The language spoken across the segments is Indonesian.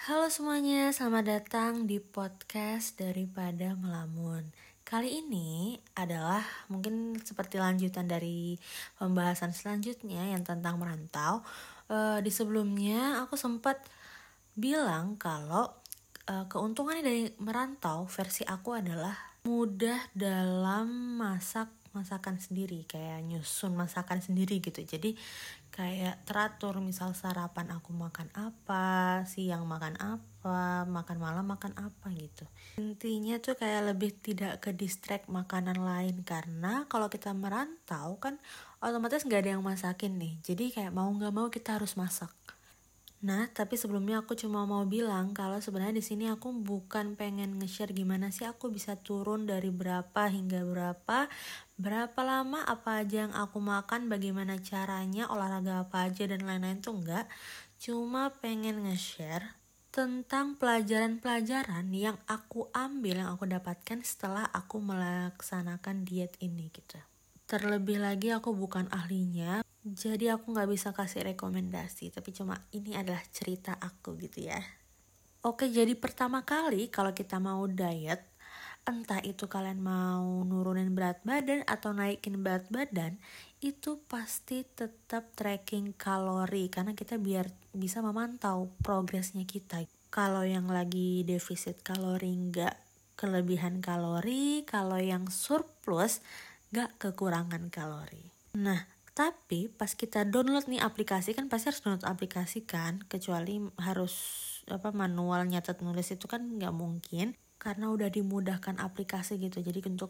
Halo semuanya, selamat datang di podcast Daripada Melamun. Kali ini adalah mungkin seperti lanjutan dari pembahasan selanjutnya yang tentang merantau. Di sebelumnya aku sempat bilang kalau keuntungannya dari merantau versi aku adalah mudah dalam masakan sendiri, kayak nyusun masakan sendiri gitu. Jadi kayak teratur, misal sarapan aku makan apa, siang makan apa, makan malam makan apa gitu. Intinya tuh kayak lebih tidak ke distract makanan lain, karena kalau kita merantau kan otomatis nggak ada yang masakin nih. Jadi kayak mau nggak mau kita harus masak. Nah, tapi sebelumnya aku cuma mau bilang kalau sebenarnya di sini aku bukan pengen nge-share gimana sih aku bisa turun dari berapa hingga berapa lama, apa aja yang aku makan, bagaimana caranya, olahraga apa aja dan lain-lain tuh enggak. Cuma pengen nge-share tentang pelajaran-pelajaran yang aku ambil, yang aku dapatkan setelah aku melaksanakan diet ini gitu. Terlebih lagi aku bukan ahlinya, jadi aku gak bisa kasih rekomendasi, tapi cuma ini adalah cerita aku gitu ya. Oke, jadi pertama kali kalau kita mau diet, entah itu kalian mau nurunin berat badan atau naikin berat badan, itu pasti tetap tracking kalori, karena kita biar bisa memantau progresnya kita. Kalau yang lagi defisit kalori nggak kelebihan kalori, kalau yang surplus gak kekurangan kalori. Nah, tapi pas kita download nih aplikasi, kan pasti harus download aplikasi kan, kecuali harus manual nyatet nulis itu kan gak mungkin, karena udah dimudahkan aplikasi gitu. Jadi untuk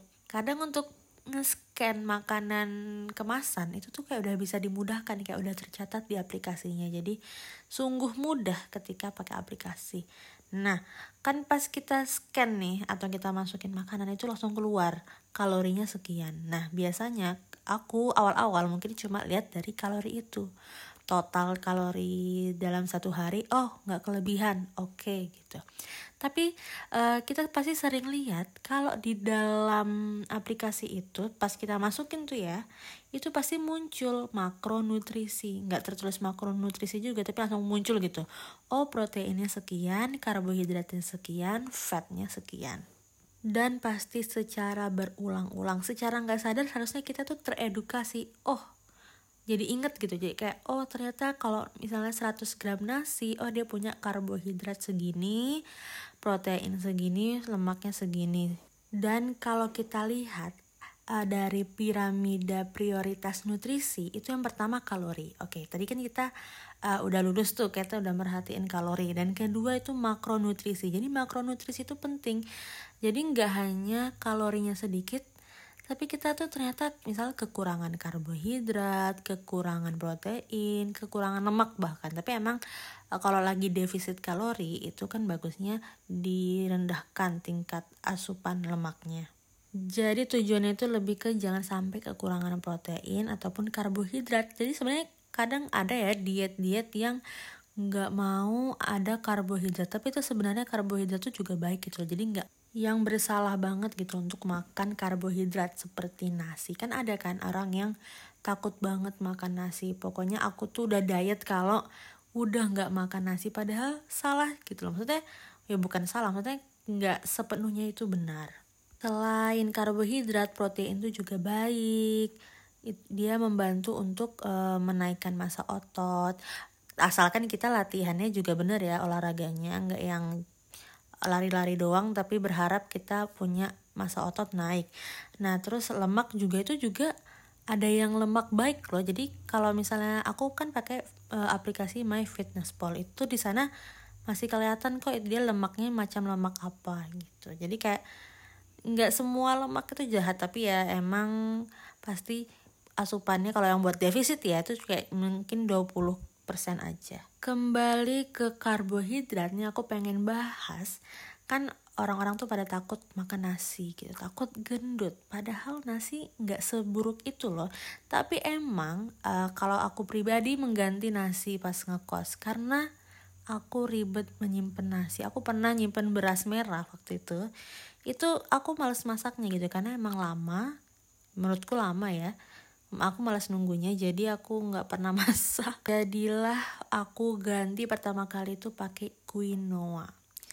nge-scan makanan kemasan itu tuh kayak udah bisa dimudahkan, kayak udah tercatat di aplikasinya. Jadi sungguh mudah ketika pakai aplikasi. Nah, kan pas kita scan nih atau kita masukin makanan itu langsung keluar kalorinya sekian. Nah, biasanya aku awal-awal mungkin cuma lihat dari kalori itu. Total kalori dalam satu hari, oh nggak kelebihan, oke gitu. Tapi kita pasti sering lihat kalau di dalam aplikasi itu pas kita masukin tuh ya, itu pasti muncul makronutrisi. Nggak tertulis makronutrisi juga, tapi langsung muncul gitu. Oh, proteinnya sekian, karbohidratnya sekian, fatnya sekian. Dan pasti secara berulang-ulang, secara nggak sadar harusnya kita tuh teredukasi. Oh, jadi inget gitu, jadi kayak oh ternyata kalau misalnya 100 gram nasi, oh dia punya karbohidrat segini, protein segini, lemaknya segini. Dan kalau kita lihat dari piramida prioritas nutrisi, itu yang pertama kalori. Oke, tadi kan kita udah lulus tuh, kita udah merhatiin kalori. Dan kedua itu makronutrisi. Jadi makronutrisi itu penting. Jadi nggak hanya kalorinya sedikit, tapi kita tuh ternyata misal kekurangan karbohidrat, kekurangan protein, kekurangan lemak bahkan. Tapi emang kalau lagi defisit kalori itu kan bagusnya direndahkan tingkat asupan lemaknya. Jadi tujuannya itu lebih ke jangan sampai kekurangan protein ataupun karbohidrat. Jadi sebenarnya kadang ada ya diet-diet yang nggak mau ada karbohidrat, tapi itu sebenarnya karbohidrat itu juga baik gitu. Jadi nggak yang bersalah banget gitu untuk makan karbohidrat seperti nasi. Kan ada kan orang yang takut banget makan nasi, pokoknya aku tuh udah diet kalau udah gak makan nasi, padahal salah gitu loh. Maksudnya ya bukan salah, maksudnya gak sepenuhnya itu benar. Selain karbohidrat, protein itu juga baik. Dia membantu untuk menaikkan massa otot, asalkan kita latihannya juga benar ya, olahraganya gak yang lari-lari doang tapi berharap kita punya massa otot naik. Nah, terus lemak juga itu juga ada yang lemak baik loh. Jadi kalau misalnya aku kan pakai aplikasi MyFitnessPal, itu di sana masih kelihatan kok dia lemaknya macam lemak apa gitu. Jadi kayak nggak semua lemak itu jahat, tapi ya emang pasti asupannya kalau yang buat defisit ya itu kayak mungkin 20% aja. Kembali ke karbohidratnya, aku pengen bahas, kan orang-orang tuh pada takut makan nasi gitu, takut gendut, padahal nasi gak seburuk itu loh. Tapi emang kalau aku pribadi mengganti nasi pas ngekos, karena aku ribet menyimpan nasi. Aku pernah nyimpen beras merah waktu itu aku males masaknya gitu, karena emang lama, menurutku lama ya. Aku malas nunggunya, jadi aku nggak pernah masak. Jadilah aku ganti pertama kali itu pakai quinoa.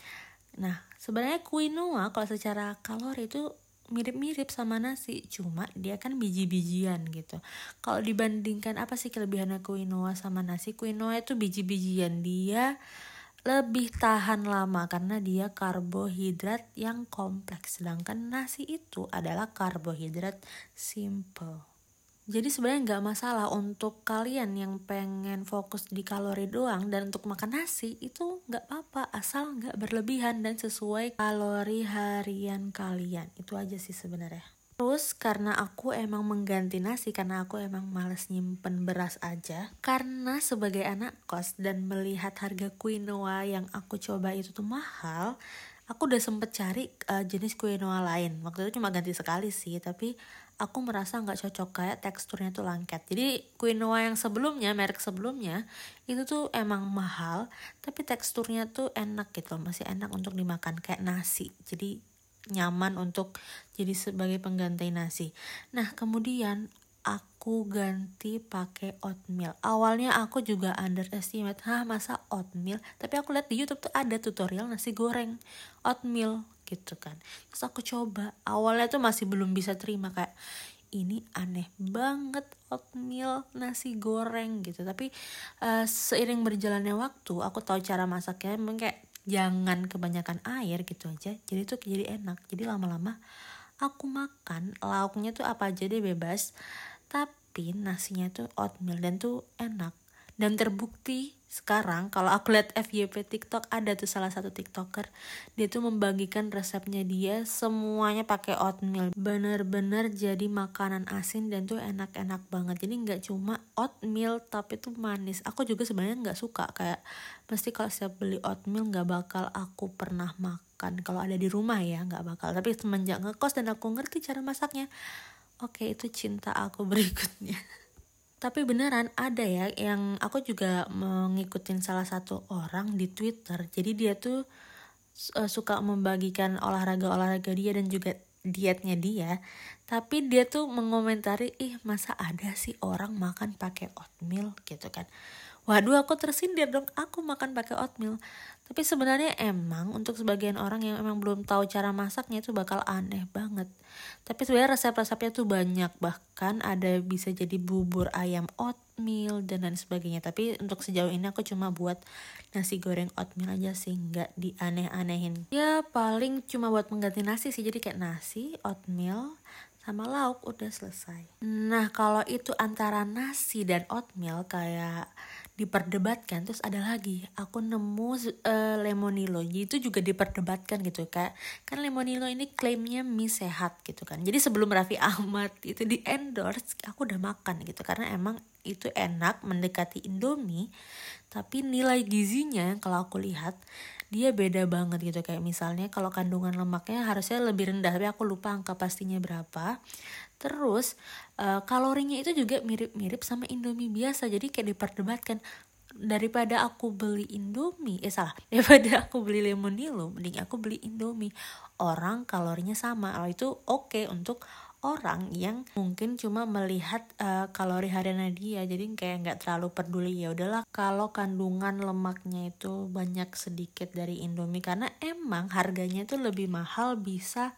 Nah, sebenarnya quinoa kalau secara kalori itu mirip-mirip sama nasi, cuma dia kan biji-bijian gitu. Kalau dibandingkan apa sih kelebihannya quinoa sama nasi? Quinoa itu biji-bijian, dia lebih tahan lama karena dia karbohidrat yang kompleks, sedangkan nasi itu adalah karbohidrat simple. Jadi sebenarnya nggak masalah untuk kalian yang pengen fokus di kalori doang, dan untuk makan nasi itu nggak apa-apa asal nggak berlebihan dan sesuai kalori harian kalian. Itu aja sih sebenarnya. Terus karena aku emang mengganti nasi karena aku emang males nyimpen beras aja. Karena sebagai anak kos dan melihat harga quinoa yang aku coba itu tuh mahal, aku udah sempet cari jenis quinoa lain. Waktu itu cuma ganti sekali sih, tapi aku merasa nggak cocok, kayak teksturnya tuh lengket. Jadi quinoa yang sebelumnya, merek sebelumnya itu tuh emang mahal, tapi teksturnya tuh enak gitu, masih enak untuk dimakan kayak nasi. Jadi nyaman untuk jadi sebagai pengganti nasi. Nah kemudian aku ganti pakai oatmeal. Awalnya aku juga underestimate, masa oatmeal? Tapi aku lihat di YouTube tuh ada tutorial nasi goreng oatmeal gitu kan. Terus aku coba, awalnya tuh masih belum bisa terima, kayak ini aneh banget oatmeal nasi goreng gitu. Tapi seiring berjalannya waktu aku tahu cara masaknya, emang kayak jangan kebanyakan air gitu aja, jadi tuh jadi enak. Jadi lama-lama aku makan lauknya tuh apa aja deh bebas, tapi nasinya tuh oatmeal dan tuh enak. Dan terbukti sekarang kalau aku lihat FYP TikTok, ada tuh salah satu TikToker, dia tuh membagikan resepnya dia semuanya pakai oatmeal. Bener-bener jadi makanan asin dan tuh enak-enak banget. Jadi nggak cuma oatmeal tapi tuh manis. Aku juga sebenarnya nggak suka, kayak mesti kalau setiap beli oatmeal nggak bakal aku pernah makan kalau ada di rumah ya, nggak bakal. Tapi semenjak ngekos dan aku ngerti cara masaknya, oke, itu cinta aku berikutnya. Tapi beneran ada ya, yang aku juga mengikutin salah satu orang di Twitter. Jadi dia tuh suka membagikan olahraga dia dan juga dietnya dia. Tapi dia tuh mengomentari, masa ada sih orang makan pakai oatmeal gitu kan. Waduh, aku tersindir dong, aku makan pakai oatmeal. Tapi sebenarnya emang untuk sebagian orang yang emang belum tahu cara masaknya itu bakal aneh banget. Tapi sebenarnya resep-resepnya tuh banyak, bahkan ada bisa jadi bubur ayam oatmeal dan lain sebagainya. Tapi untuk sejauh ini aku cuma buat nasi goreng oatmeal aja sih, nggak dianeh-anehin. Ya paling cuma buat mengganti nasi sih, jadi kayak nasi, oatmeal, sama lauk, udah selesai. Nah kalau itu antara nasi dan oatmeal kayak diperdebatkan, terus ada lagi aku nemu lemonilo, itu juga diperdebatkan gitu, kayak kan lemonilo ini klaimnya mie sehat gitu kan. Jadi sebelum Raffi Ahmad itu di endorse, aku udah makan gitu karena emang itu enak, mendekati Indomie, tapi nilai gizinya kalau aku lihat dia beda banget gitu. Kayak misalnya kalau kandungan lemaknya harusnya lebih rendah, tapi aku lupa angka pastinya berapa. Terus kalorinya itu juga mirip-mirip sama Indomie biasa. Jadi kayak diperdebatkan, daripada aku beli Indomie, daripada aku beli lemonilo, mending aku beli Indomie. Orang kalorinya sama. Itu oke untuk orang yang mungkin cuma melihat kalori hariannya dia, jadi kayak nggak terlalu peduli. Ya udahlah kalau kandungan lemaknya itu banyak sedikit dari Indomie, karena emang harganya itu lebih mahal, bisa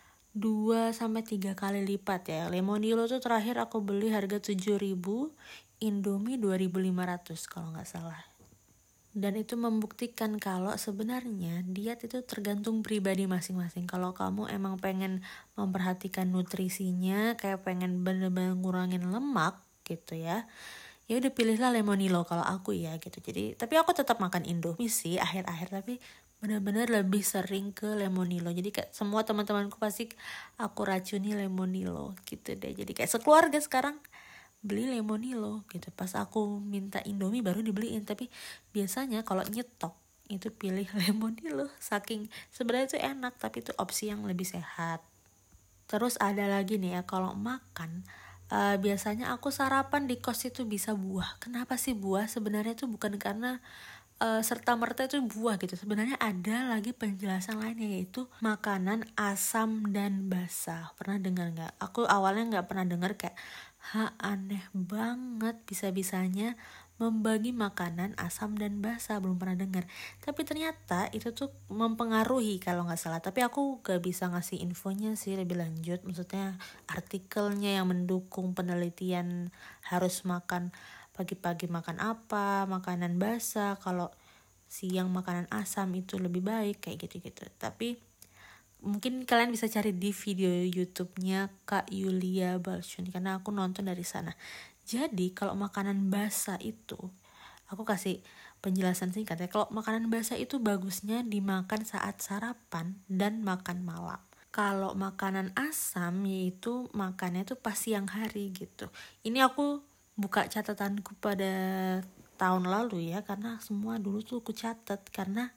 2-3 kali lipat ya. Lemonilo tuh terakhir aku beli harga 7.000, Indomie 2.500 kalau nggak salah. Dan itu membuktikan kalau sebenarnya diet itu tergantung pribadi masing-masing. Kalau kamu emang pengen memperhatikan nutrisinya, kayak pengen bener-bener ngurangin lemak gitu ya udah pilihlah lemonilo kalau aku ya gitu. Jadi tapi aku tetap makan Indomie sih akhir-akhir, tapi benar-benar lebih sering ke lemonilo. Jadi kayak semua teman-temanku pasti aku racuni lemonilo gitu deh. Jadi kayak sekeluarga sekarang beli lemonilo gitu. Pas aku minta Indomie baru dibeliin, tapi biasanya kalau nyetok itu pilih lemonilo, saking sebenarnya itu enak, tapi itu opsi yang lebih sehat. Terus ada lagi nih ya, kalau makan biasanya aku sarapan di kos itu bisa buah. Kenapa sih buah? Sebenarnya itu bukan karena serta-merta itu buah gitu. Sebenarnya ada lagi penjelasan lainnya, yaitu makanan asam dan basah. Pernah dengar nggak? Aku awalnya nggak pernah dengar, kayak Aneh banget, bisa-bisanya membagi makanan asam dan basa, belum pernah dengar. Tapi ternyata itu tuh mempengaruhi kalau nggak salah. Tapi aku gak bisa ngasih infonya sih lebih lanjut. Maksudnya artikelnya yang mendukung penelitian harus makan pagi-pagi makan apa, makanan basa, kalau siang makanan asam itu lebih baik, kayak gitu-gitu. Tapi mungkin kalian bisa cari di video YouTube-nya Kak Yulia Balsuni karena aku nonton dari sana. Jadi kalau makanan basa itu, aku kasih penjelasan singkat ya. Kalau makanan basa itu bagusnya dimakan saat sarapan dan makan malam. Kalau makanan asam yaitu makannya tuh pas siang hari gitu. Ini aku buka catatanku pada tahun lalu ya, karena semua dulu tuh aku catat, karena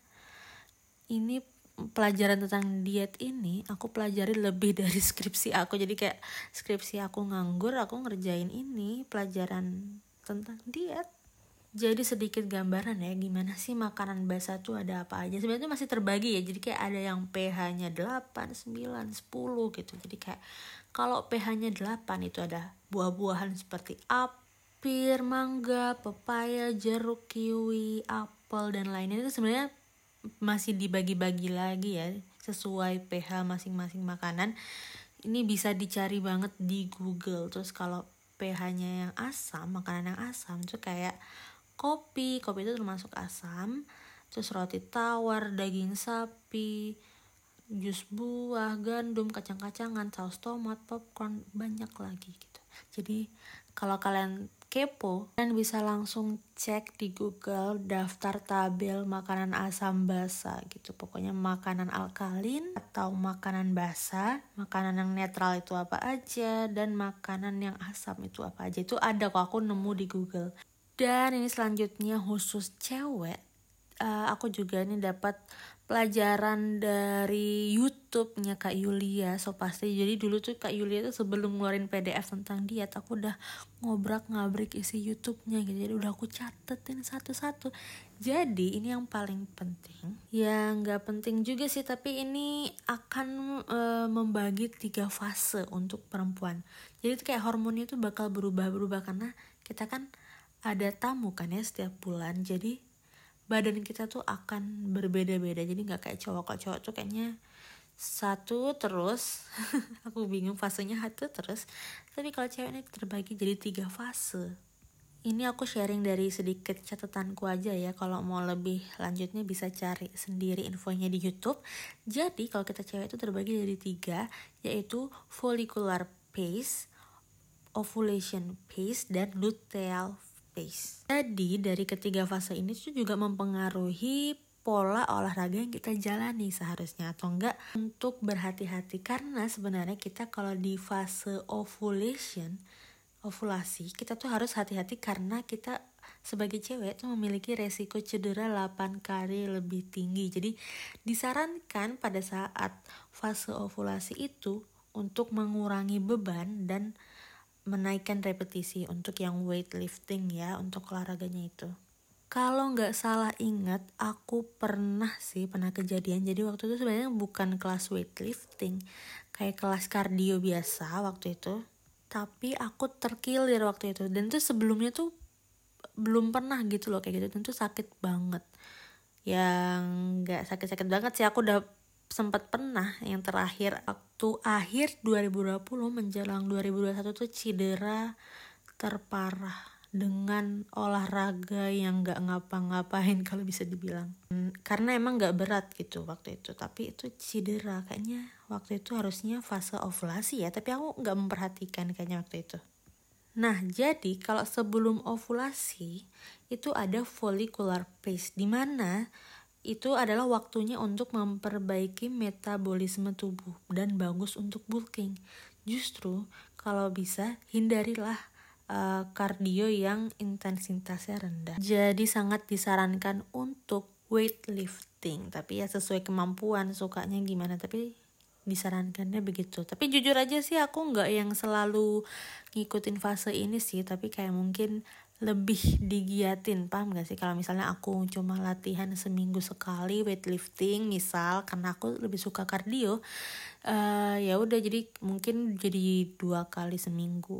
ini pelajaran tentang diet ini aku pelajari lebih dari skripsi aku. Jadi kayak skripsi aku nganggur, aku ngerjain ini pelajaran tentang diet. Jadi sedikit gambaran ya gimana sih makanan basa tuh ada apa aja. Sebenarnya masih terbagi ya. Jadi kayak ada yang pH-nya 8, 9, 10 gitu. Jadi kayak kalau pH-nya 8 itu ada buah-buahan seperti apel, mangga, pepaya, jeruk, kiwi, apel dan lainnya. Itu sebenarnya masih dibagi-bagi lagi ya sesuai pH masing-masing makanan. Ini bisa dicari banget di Google. Terus kalau pH-nya yang asam, makanan yang asam itu kayak kopi itu termasuk asam. Terus roti tawar, daging sapi, jus buah, gandum, kacang-kacangan, saus tomat, popcorn, banyak lagi gitu. Jadi kalau kalian kepo, kalian bisa langsung cek di Google daftar tabel makanan asam basa gitu. Pokoknya makanan alkalin atau makanan basa, makanan yang netral itu apa aja, dan makanan yang asam itu apa aja. Itu ada kok, aku nemu di Google. Dan ini selanjutnya khusus cewek. Aku juga ini dapat pelajaran dari YouTube-nya Kak Yulia. So pasti jadi dulu tuh Kak Yulia tuh sebelum ngeluarin PDF tentang diet, aku udah ngobrak-ngabrik isi YouTube-nya gitu. Jadi udah aku catetin satu-satu. Jadi ini yang paling penting. Ya nggak penting juga sih, tapi ini akan membagi 3 fase untuk perempuan. Jadi tuh kayak hormonnya tuh bakal berubah-berubah karena kita kan ada tamu kan ya setiap bulan. Jadi badan kita tuh akan berbeda-beda. Jadi gak kayak cowok. Kalau cowok tuh kayaknya satu terus. Aku bingung fasenya satu terus. Tapi kalau cewek ini terbagi jadi 3 fase. Ini aku sharing dari sedikit catatanku aja ya. Kalau mau lebih lanjutnya bisa cari sendiri infonya di YouTube. Jadi kalau kita cewek itu terbagi jadi 3, yaitu follicular phase, ovulation phase, dan luteal phase. Jadi dari ketiga fase ini tuh juga mempengaruhi pola olahraga yang kita jalani seharusnya atau enggak, untuk berhati-hati. Karena sebenarnya kita kalau di fase ovulasi, kita tuh harus hati-hati karena kita sebagai cewek tuh memiliki resiko cedera 8 kali lebih tinggi. Jadi disarankan pada saat fase ovulasi itu untuk mengurangi beban dan menaikkan repetisi untuk yang weightlifting ya, untuk olahraganya itu. Kalau nggak salah ingat, aku pernah kejadian. Jadi waktu itu sebenarnya bukan kelas weightlifting, kayak kelas kardio biasa waktu itu. Tapi aku terkilir waktu itu. Dan tuh sebelumnya tuh belum pernah gitu loh kayak gitu. Dan tuh sakit banget. Yang nggak sakit-sakit banget sih, aku udah sempat pernah yang terakhir waktu akhir 2020 menjelang 2021 tuh cedera terparah dengan olahraga yang gak ngapa-ngapain kalau bisa dibilang. Karena emang gak berat gitu waktu itu, tapi itu cedera. Kayaknya waktu itu harusnya fase ovulasi ya, tapi aku gak memperhatikan kayaknya waktu itu. Nah, jadi kalau sebelum ovulasi itu ada follicular phase, di mana itu adalah waktunya untuk memperbaiki metabolisme tubuh dan bagus untuk bulking. Justru kalau bisa hindarilah kardio yang intensitasnya rendah. Jadi sangat disarankan untuk weightlifting, tapi ya sesuai kemampuan, sukanya gimana, tapi disarankannya begitu. Tapi jujur aja sih aku nggak yang selalu ngikutin fase ini sih, tapi kayak mungkin lebih digiatin, paham gak sih? Kalau misalnya aku cuma latihan seminggu sekali weightlifting misal, karena aku lebih suka kardio, ya udah jadi mungkin jadi 2 kali seminggu gitu.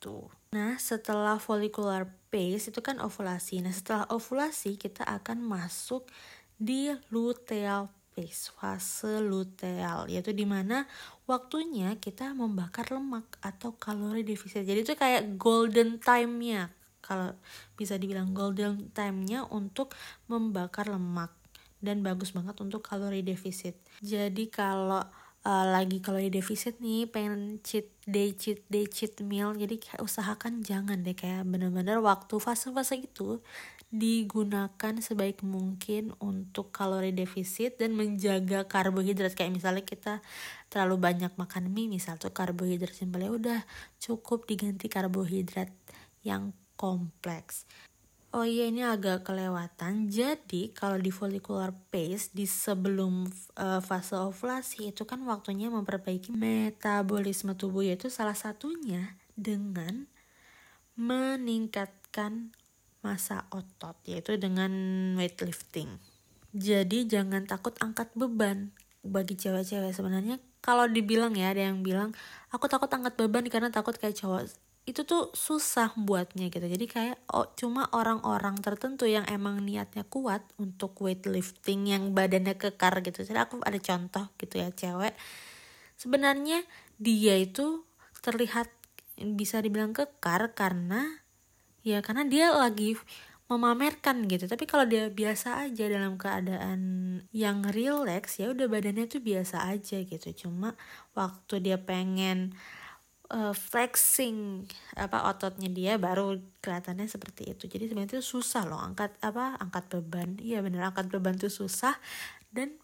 gitu. Nah, setelah follicular phase itu kan ovulasi. Nah, setelah ovulasi kita akan masuk di luteal phase, fase luteal, yaitu dimana waktunya kita membakar lemak atau kalori defisit. Jadi itu kayak golden time-nya, kalau bisa dibilang golden time-nya untuk membakar lemak, dan bagus banget untuk kalori defisit. Jadi kalau lagi kalori defisit nih, pengen cheat meal, jadi usahakan jangan deh, kayak bener-bener waktu fase-fase itu digunakan sebaik mungkin untuk kalori defisit dan menjaga karbohidrat. Kayak misalnya kita terlalu banyak makan mie misal, tuh karbohidrat simpelnya udah cukup diganti karbohidrat yang kompleks. Oh iya, ini agak kelewatan. Jadi kalau di follicular phase, di sebelum fase ovulasi itu kan waktunya memperbaiki metabolisme tubuh, yaitu salah satunya dengan meningkatkan massa otot, yaitu dengan weightlifting. Jadi jangan takut angkat beban. Bagi cewek-cewek sebenarnya kalau dibilang ya, ada yang bilang aku takut angkat beban karena takut kayak cowok. Itu tuh susah buatnya gitu. Jadi kayak cuma orang-orang tertentu yang emang niatnya kuat untuk weightlifting, yang badannya kekar gitu. Jadi aku ada contoh gitu ya, cewek sebenarnya dia itu terlihat bisa dibilang kekar karena dia lagi memamerkan gitu. Tapi kalau dia biasa aja dalam keadaan yang relax, ya udah badannya tuh biasa aja gitu. Cuma waktu dia pengen flexing ototnya, dia baru kelihatannya seperti itu. Jadi sebenarnya itu susah loh angkat beban. Iya bener, angkat beban tuh susah, dan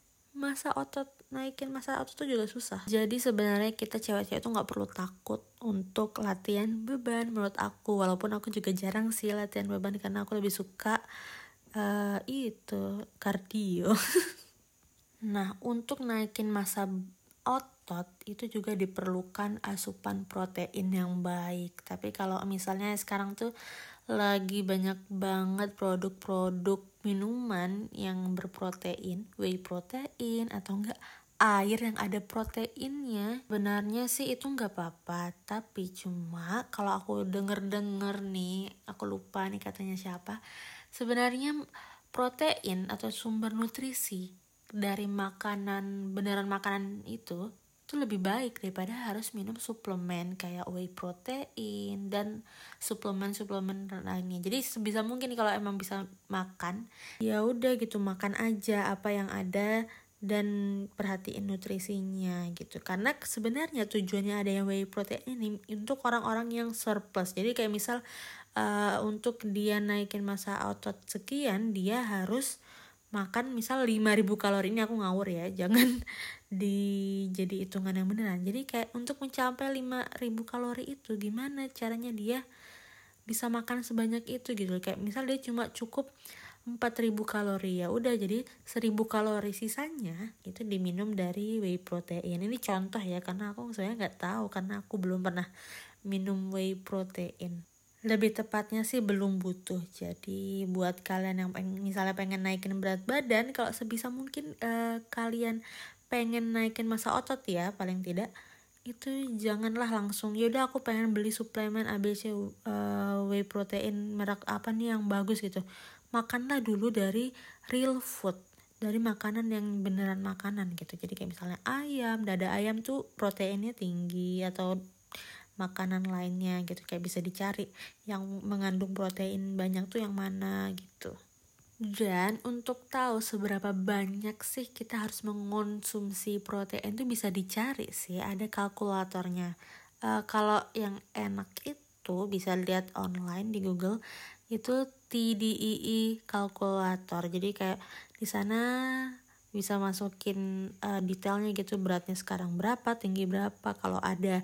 naikin massa otot tuh juga susah. Jadi sebenarnya kita cewek-cewek tuh nggak perlu takut untuk latihan beban menurut aku. Walaupun aku juga jarang sih latihan beban karena aku lebih suka kardio. Nah, untuk naikin massa otot itu juga diperlukan asupan protein yang baik. Tapi kalau misalnya sekarang tuh lagi banyak banget produk-produk minuman yang berprotein, whey protein atau enggak air yang ada proteinnya, benarnya sih itu nggak apa-apa. Tapi cuma kalau aku denger nih, aku lupa nih katanya siapa, sebenarnya protein atau sumber nutrisi dari beneran makanan itu lebih baik daripada harus minum suplemen kayak whey protein dan suplemen lainnya. Jadi sebisa mungkin kalau emang bisa makan, ya udah gitu, makan aja apa yang ada dan perhatiin nutrisinya gitu. Karena sebenarnya tujuannya ada yang whey protein ini untuk orang-orang yang surplus. Jadi kayak misal untuk dia naikin massa otot sekian, dia harus makan misal 5.000 kalori. Ini aku ngawur ya, jangan jadi hitungan yang beneran. Jadi kayak untuk mencapai 5.000 kalori itu, gimana caranya dia bisa makan sebanyak itu gitu. Kayak misal dia cuma cukup 4.000 kalori, ya udah jadi 1.000 kalori sisanya itu diminum dari whey protein. Ini contoh ya, karena aku sebenarnya nggak tahu karena aku belum pernah minum whey protein. Lebih tepatnya sih belum butuh. Jadi buat kalian yang misalnya pengen naikin berat badan, kalau sebisa mungkin kalian pengen naikin massa otot ya, paling tidak itu janganlah langsung yaudah aku pengen beli suplemen ABC whey protein merek apa nih yang bagus gitu. Makanlah dulu dari real food, dari makanan yang beneran makanan gitu. Jadi kayak misalnya ayam, dada ayam tuh proteinnya tinggi, atau makanan lainnya gitu, kayak bisa dicari yang mengandung protein banyak tuh yang mana gitu. Dan untuk tahu seberapa banyak sih kita harus mengonsumsi protein tuh bisa dicari sih, ada kalkulatornya. Kalau yang enak itu bisa lihat online di Google, itu TDEE kalkulator. Jadi kayak di sana bisa masukin detailnya gitu, beratnya sekarang berapa, tinggi berapa. Kalau ada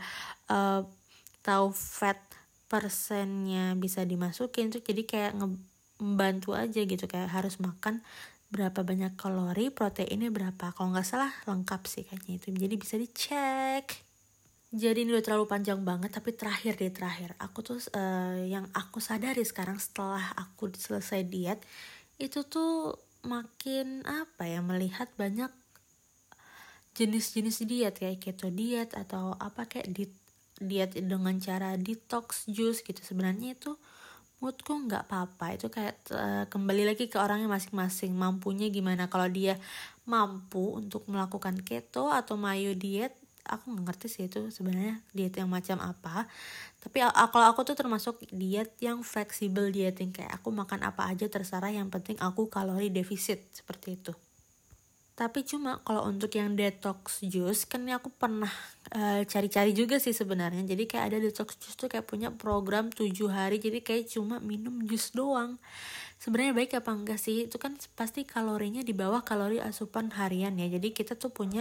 tahu fat persennya bisa dimasukin tuh, jadi kayak membantu aja gitu, kayak harus makan berapa banyak kalori, proteinnya berapa. Kalau nggak salah lengkap sih kayaknya itu, jadi bisa dicek. Jadi ini udah terlalu panjang banget, tapi terakhir aku tuh yang aku sadari sekarang setelah aku selesai diet itu tuh makin melihat banyak jenis-jenis diet kayak keto diet atau kayak diet dengan cara detox juice gitu, sebenarnya itu moodku nggak apa-apa. Itu kayak kembali lagi ke orangnya masing-masing, mampunya gimana. Kalau dia mampu untuk melakukan keto atau mayo diet, aku nggak ngerti sih itu sebenarnya diet yang macam apa. Tapi kalau aku tuh termasuk diet yang fleksibel dieting, kayak aku makan apa aja terserah, yang penting aku kalori defisit, seperti itu. Tapi cuma kalau untuk yang detox juice, kan ini aku pernah cari-cari juga sih sebenarnya. Jadi kayak ada detox juice tuh kayak punya program 7 hari, jadi kayak cuma minum jus doang. Sebenarnya baik apa enggak sih? Itu kan pasti kalorinya di bawah kalori asupan harian ya. Jadi kita tuh punya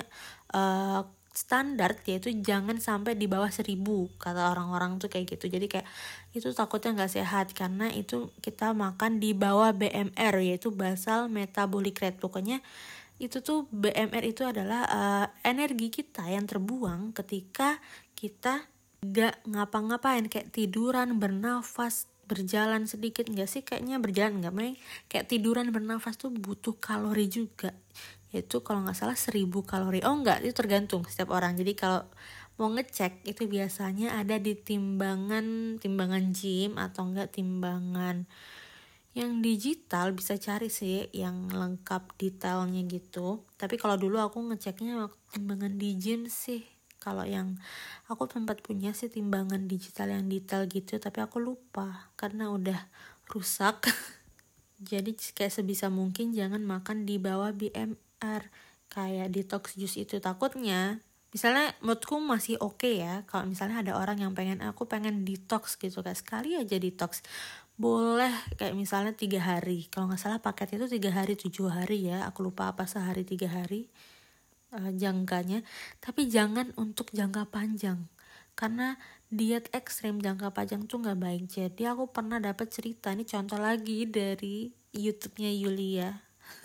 standar, yaitu jangan sampai di bawah 1000, kata orang-orang tuh kayak gitu. Jadi kayak itu takutnya nggak sehat, karena itu kita makan di bawah BMR, yaitu basal metabolic rate. Pokoknya itu tuh BMR itu adalah energi kita yang terbuang ketika kita gak ngapa-ngapain, kayak tiduran, bernafas, berjalan sedikit. Enggak sih, kayaknya berjalan enggak, main kayak tiduran, bernafas tuh butuh kalori juga, yaitu kalau nggak salah 1000 kalori. Oh enggak, itu tergantung setiap orang. Jadi kalau mau ngecek itu biasanya ada di timbangan gym, atau enggak timbangan yang digital, bisa cari sih yang lengkap detailnya gitu. Tapi kalau dulu aku ngeceknya timbangan di gym sih. Kalau yang aku sempat punya sih timbangan digital yang detail gitu, tapi aku lupa karena udah rusak. Jadi kayak sebisa mungkin jangan makan di bawah BMR. Kayak detox juice itu takutnya, misalnya moodku masih oke ya, kalau misalnya ada orang yang aku pengen detox gitu, kayak sekali aja detox, boleh kayak misalnya 3 hari, kalau nggak salah paket itu 3 hari 7 hari ya, aku lupa apa sehari 3 hari jangkanya. Tapi jangan untuk jangka panjang, karena diet ekstrim jangka panjang tuh nggak baik. Jadi aku pernah dapat cerita, ini contoh lagi dari YouTube-nya Yulia.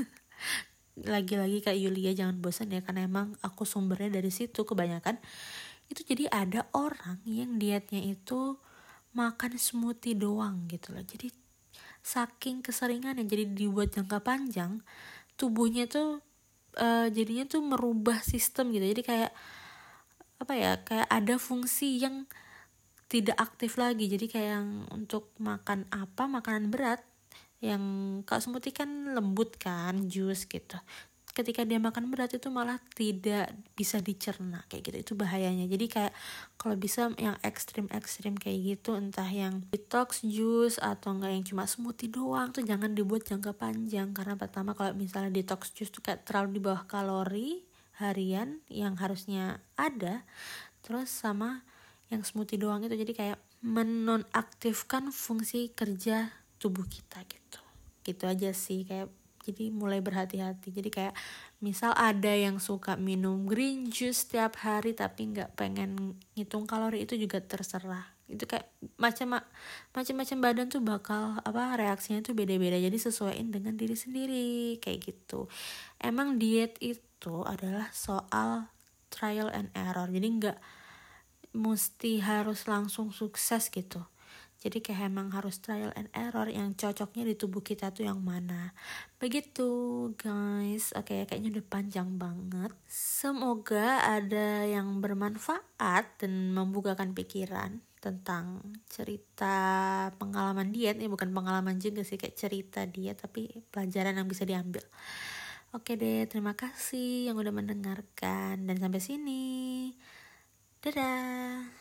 Lagi-lagi Kak Yulia, jangan bosan ya, karena emang aku sumbernya dari situ kebanyakan. Itu jadi ada orang yang dietnya itu makan smoothie doang gitu loh. Jadi saking keseringan ya, jadi dibuat jangka panjang, tubuhnya tuh jadinya tuh merubah sistem gitu. Jadi kayak apa ya, kayak ada fungsi yang tidak aktif lagi. Jadi kayak yang untuk makan makanan berat, yang kalau smoothie kan lembut kan, jus gitu, ketika dia makan berat itu malah tidak bisa dicerna kayak gitu. Itu bahayanya. Jadi kayak kalau bisa yang ekstrim kayak gitu, entah yang detox juice atau enggak yang cuma smoothie doang, tuh jangan dibuat jangka panjang. Karena pertama, kalau misalnya detox juice tuh kayak terlalu di bawah kalori harian yang harusnya ada, terus sama yang smoothie doang itu jadi kayak menonaktifkan fungsi kerja tubuh kita gitu aja sih. Kayak jadi mulai berhati-hati. Jadi kayak misal ada yang suka minum green juice setiap hari tapi nggak pengen ngitung kalori, itu juga terserah. Itu kayak macam-macam badan tuh bakal reaksinya tuh beda-beda. Jadi sesuaiin dengan diri sendiri kayak gitu. Emang diet itu adalah soal trial and error. Jadi nggak mesti harus langsung sukses gitu. Jadi kayak emang harus trial and error, yang cocoknya di tubuh kita tuh yang mana. Begitu guys. Oke, kayaknya udah panjang banget. Semoga ada yang bermanfaat dan membukakan pikiran tentang cerita pengalaman diet. Ini bukan pengalaman juga sih, kayak cerita diet, tapi pelajaran yang bisa diambil. Oke deh, terima kasih yang udah mendengarkan. Dan sampai sini, dadah.